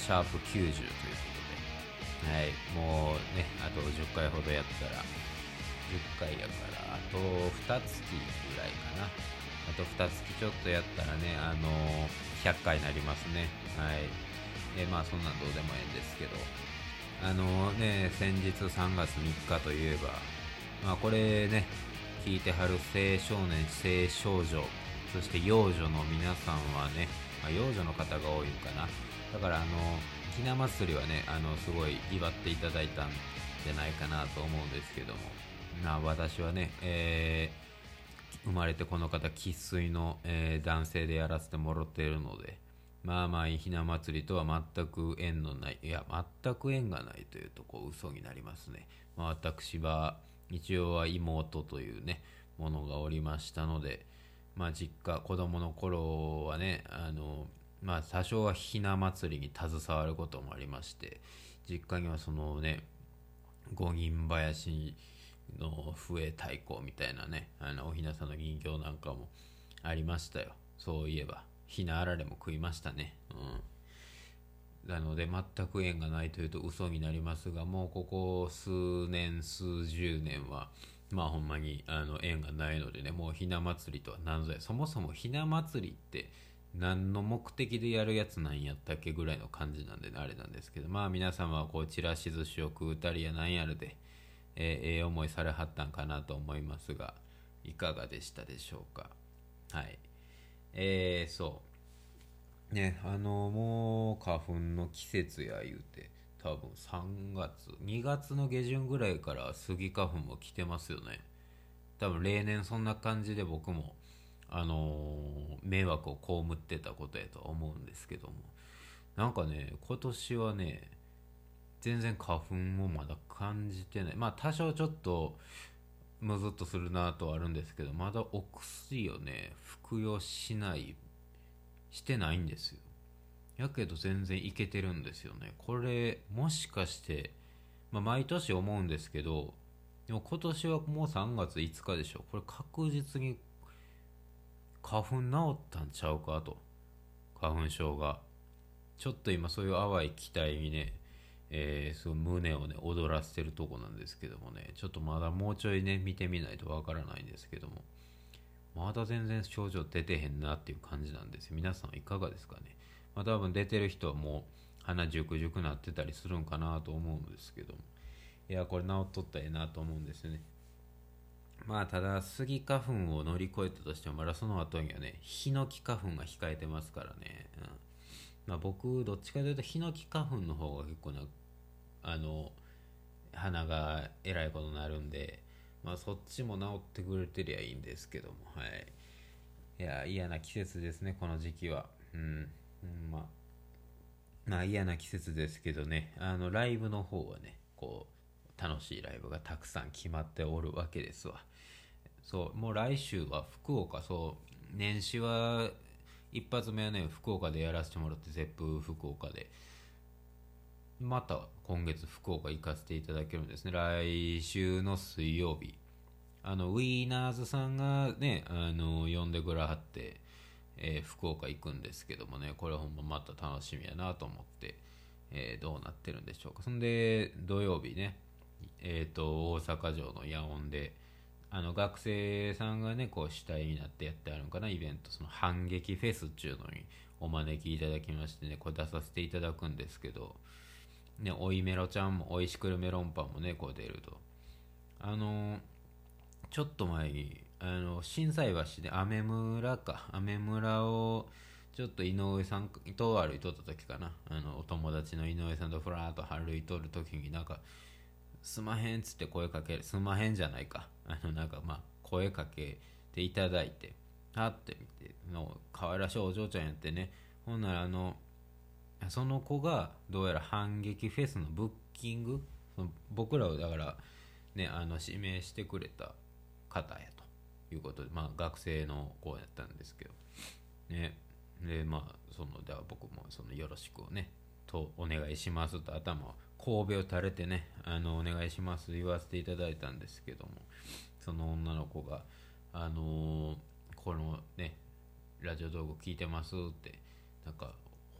シャープ90ということで、はい、もうね、あと10回ほどやったら、10回やからあと2月ぐらいかな、あと2月ちょっとやったらね、100回になりますね。はい。でまあそんなんどうでもいいんですけど、先日3月3日といえば、まあこれね、聞いてはる青少年青少女、そして幼女の皆さんはね、まあ、幼女の方が多いんかな。だからひな祭りはね、すごい祝っていただいたんじゃないかなと思うんですけども、まあ私はね、生まれてこの方生粋の、男性でやらせてもらっているので、まあまあひな祭りとは全く縁のない、いや全く縁がないというと嘘になりますね。まあ、私は一応は妹というねものがおりましたので、まあ実家子供の頃はね、まあ多少はひな祭りに携わることもありまして、実家にはそのね、五人林の笛太鼓みたいなね、おひなさんの人形なんかもありましたよ。そういえばひなあられも食いましたね。なので全く縁がないというと嘘になりますが、もうここ数年数十年はまあほんまに縁がないのでね、もうひな祭りとは何ぞや、そもそもひな祭りって何の目的でやるやつなんやったっけぐらいの感じなんで、ね、あれなんですけど、まあ皆様はこうちらし寿司を食うたりやなんやるで、ええ思いされはったんかなと思いますが、いかがでしたでしょうか。はい。そうね、もう花粉の季節や言うて、多分3月2月の下旬ぐらいからスギ花粉も来てますよね。多分例年そんな感じで僕も迷惑を被ってたことやとは思うんですけども、なんかね今年はね全然花粉をまだ感じてない。まあ多少ちょっとムズっとするなとはあるんですけど、まだお薬をね服用してないんですよ。やけど全然いけてるんですよね。これもしかして、まあ、毎年思うんですけど、でも今年はもう3月5日でしょ。これ確実に花粉治ったんちゃうかと。花粉症が。ちょっと今そういう淡い期待にね、そう胸をね躍らせてるとこなんですけどもね、ちょっとまだもうちょいね見てみないとわからないんですけども、まだ全然症状出てへんなっていう感じなんですよ。皆さんいかがですかね。まあ多分出てる人はもう鼻ジュクジュクなってたりするんかなと思うんですけども、いやこれ治っとったらええなと思うんですよね。まあただスギ花粉を乗り越えたとしても、まだその後にはねヒノキ花粉が控えてますからね、まあ僕どっちかというとヒノキ花粉の方が結構な、あの鼻がえらいことになるんで、まあそっちも治ってくれてりゃいいんですけども、はい。いや嫌な季節ですねこの時期は。まあ嫌な季節ですけどね、ライブの方はね楽しいライブがたくさん決まっておるわけですわ。そうもう来週は福岡、そう年始は一発目はね福岡でやらせてもらって、ゼップ福岡で、また今月福岡行かせていただけるんですね。来週の水曜日、ウィーナーズさんがね呼んでくらはって、福岡行くんですけどもね、これほんままた楽しみやなと思って、どうなってるんでしょうか。そんで土曜日ね、大阪城の野音で学生さんがね主体になってやってあるのかな、イベント、その反撃フェスっていうのにお招きいただきましてね、これ出させていただくんですけどね、おいメロちゃんもおいしくるメロンパンもね出ると、あのちょっと前に心斎橋でアメ村をちょっと井上さんと歩いとった時かな、お友達の井上さんとふらーっと歩いとる時になんかすまへんっつって声かける、すまへんじゃないか、なんかまあ声かけていただいて、はって見ての可愛らしいお嬢ちゃんやってね、ほんならその子がどうやら反撃フェスのブッキング、その僕らをだからね指名してくれた方やということで、まあ学生の子やったんですけどね。でまあでは僕もよろしくをねとお願いしますと頭を神戸を垂れてねお願いします言わせていただいたんですけども、その女の子がこのねラジオ動画聞いてますって、なんか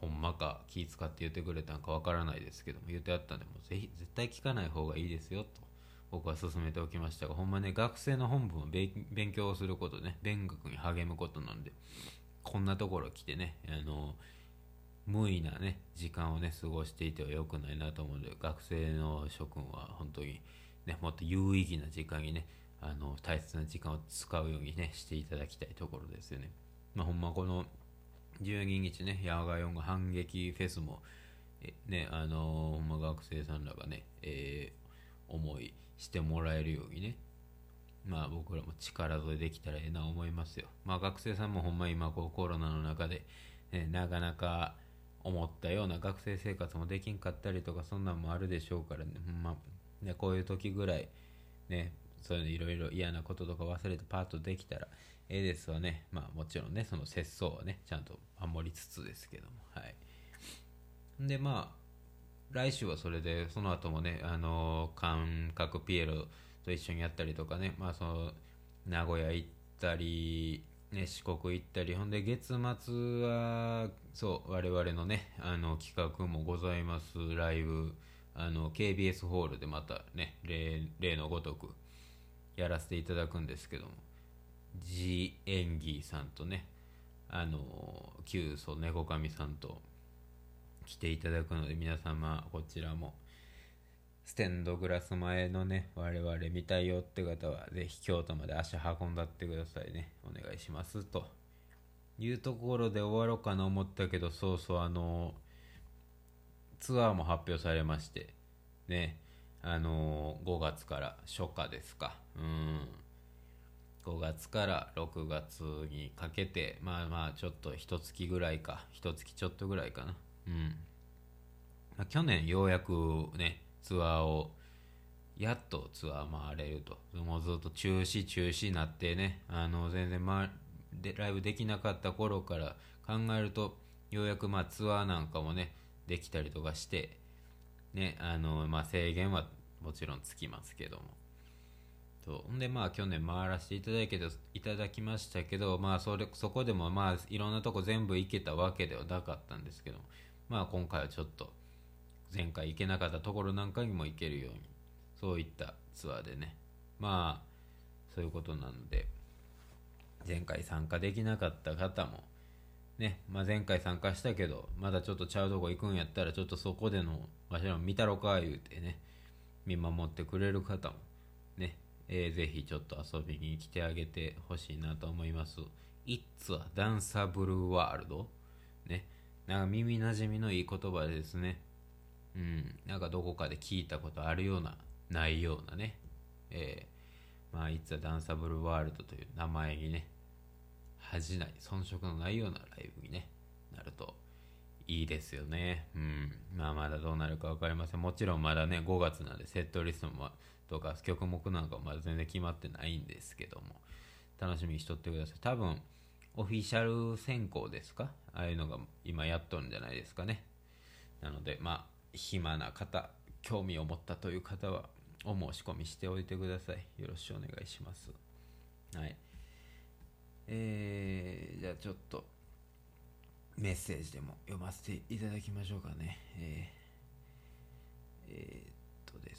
ほんまか気使って言ってくれたんかわからないですけども、言ってあったんで、もうぜひ絶対聞かない方がいいですよと僕は勧めておきましたが、ほんまね、学生の本分を勉強することね、勉学に励むことなんで、こんなところ来てね、無意なね時間をね過ごしていては良くないなと思うので、学生の諸君は本当にね、もっと有意義な時間にね、大切な時間を使うようにねしていただきたいところですよね。ほんまこの12日ね、野外音楽反撃フェスもね、ほんま学生さんらがね、思いしてもらえるようにね、僕らも力添えできたらええな思いますよ。学生さんもほんま今こうコロナの中で、なかなか思ったような学生生活もできんかったりとか、そんなんもあるでしょうからね、ね、こういう時ぐらいね、そういうのいろいろ嫌なこととか忘れてパッとできたらええですわね。もちろんね、その節操はねちゃんと守りつつですけども、はい。で来週はそれで、その後もね、感覚ピエロと一緒にやったりとかね、その名古屋行ったり、ね、四国行ったり、ほんで月末はそう我々のね企画もございます。ライブKBS ホールでまたね、例のごとくやらせていただくんですけども、ジエンギーさんとね、旧祖猫神さんと来ていただくので、皆様こちらもステンドグラス前のね我々見たいよって方はぜひ京都まで足運んだってくださいね、お願いしますというところで終わろうかな思ったけど、そうそうツアーも発表されましてね、5月から初夏ですか、5月から6月にかけて、ちょっと一月ぐらいか、一月ちょっとぐらいかな、去年ようやくねツアーをやっとツアー回れると、もうずっと中止になってね、全然、ライブできなかった頃から考えると、ようやくツアーなんかもねできたりとかしてね、制限はもちろんつきますけども、んで去年回らせていただきましたけど、そこでもいろんなとこ全部行けたわけではなかったんですけど、今回はちょっと前回行けなかったところなんかにも行けるように、そういったツアーでね、そういうことなので、前回参加できなかった方もね、前回参加したけどまだちょっとちゃうとこ行くんやったら、ちょっとそこでのわしらも見たろか言うてね、見守ってくれる方もね、ぜひちょっと遊びに来てあげてほしいなと思います。It's a Danceable World ね、なんか耳なじみのいい言葉ですね。なんかどこかで聞いたことあるようなないようなね、It's a Danceable World という名前にね恥じない遜色のないようなライブに、ね、なるといいですよね。まだどうなるか分かりません。もちろんまだね5月なんでセットリストもとか曲目なんかもまだ全然決まってないんですけども、楽しみにしとってください。多分オフィシャル選考ですか、ああいうのが今やっとるんじゃないですかね。なので暇な方、興味を持ったという方はお申し込みしておいてください。よろしくお願いします。はい。じゃあちょっとメッセージでも読ませていただきましょうかね。です。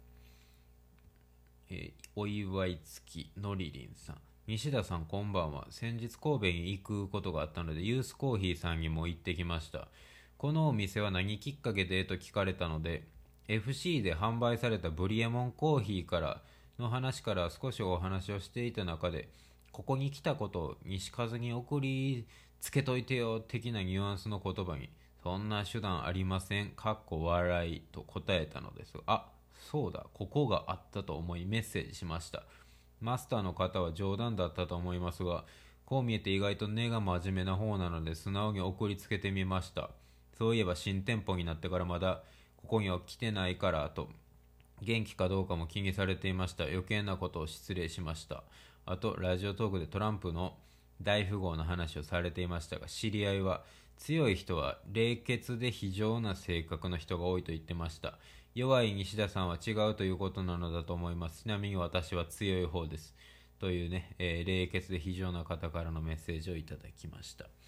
お祝い付きのりりんさん、西田さんこんばんは。先日神戸に行くことがあったのでユースコーヒーさんにも行ってきました。このお店は何きっかけでと聞かれたので、 FC で販売されたブリエモンコーヒーからの話から少しお話をしていた中で、ここに来たことを西風に送りつけといてよ的なニュアンスの言葉に、そんな手段ありませんかっこ笑いと答えたのです。そうだ、ここがあったと思いメッセージしました。マスターの方は冗談だったと思いますが、こう見えて意外と根が真面目な方なので素直に送りつけてみました。そういえば新店舗になってからまだここには来てないからと元気かどうかも気にされていました。余計なことを失礼しました。あとラジオトークでトランプの大富豪の話をされていましたが、知り合いは強い人は冷血で非常な性格の人が多いと言ってました。弱い西田さんは違うということなのだと思います。ちなみに私は強い方ですというね、冷血で非常な方からのメッセージをいただきました。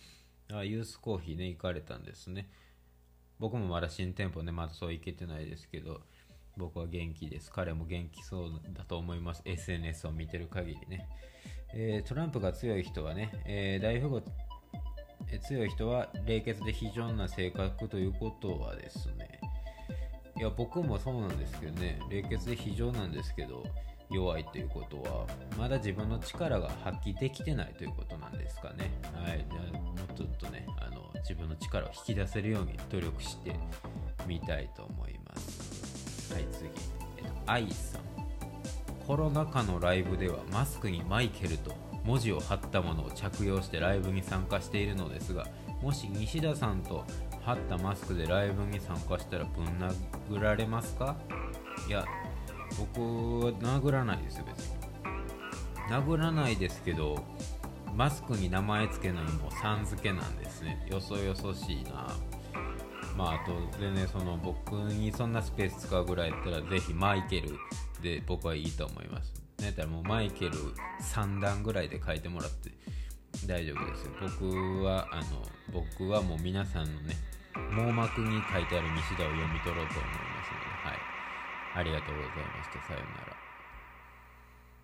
ユースコーヒーね、行かれたんですね。僕もまだ新店舗ね、まだそう行けてないですけど、僕は元気です。彼も元気そうだと思います。SNS を見てる限りね。トランプが強い人はね、大富豪強い人は冷血で非常な性格ということはですね、いや僕もそうなんですけどね、冷血で非常なんですけど弱いということはまだ自分の力が発揮できてないということなんですかね。はい、じゃあもうちょっとね自分の力を引き出せるように努力してみたいと思います。はい、次、愛さん。コロナ禍のライブではマスクにマイケルと文字を貼ったものを着用してライブに参加しているのですが、もし西田さんと貼ったマスクでライブに参加したらぶん殴られますか？いや、僕は殴らないですよ。別に殴らないですけど、マスクに名前つけるのにもさん付けなんですね。よそよそしいな。あと全然僕にそんなスペース使うぐらいやったらぜひマイケルで僕はいいと思います。だったらもうマイケル3段ぐらいで書いてもらって大丈夫ですよ。僕はもう皆さんのね網膜に書いてある西田を読み取ろうと思いますので、はい、ありがとうございました。さようなら。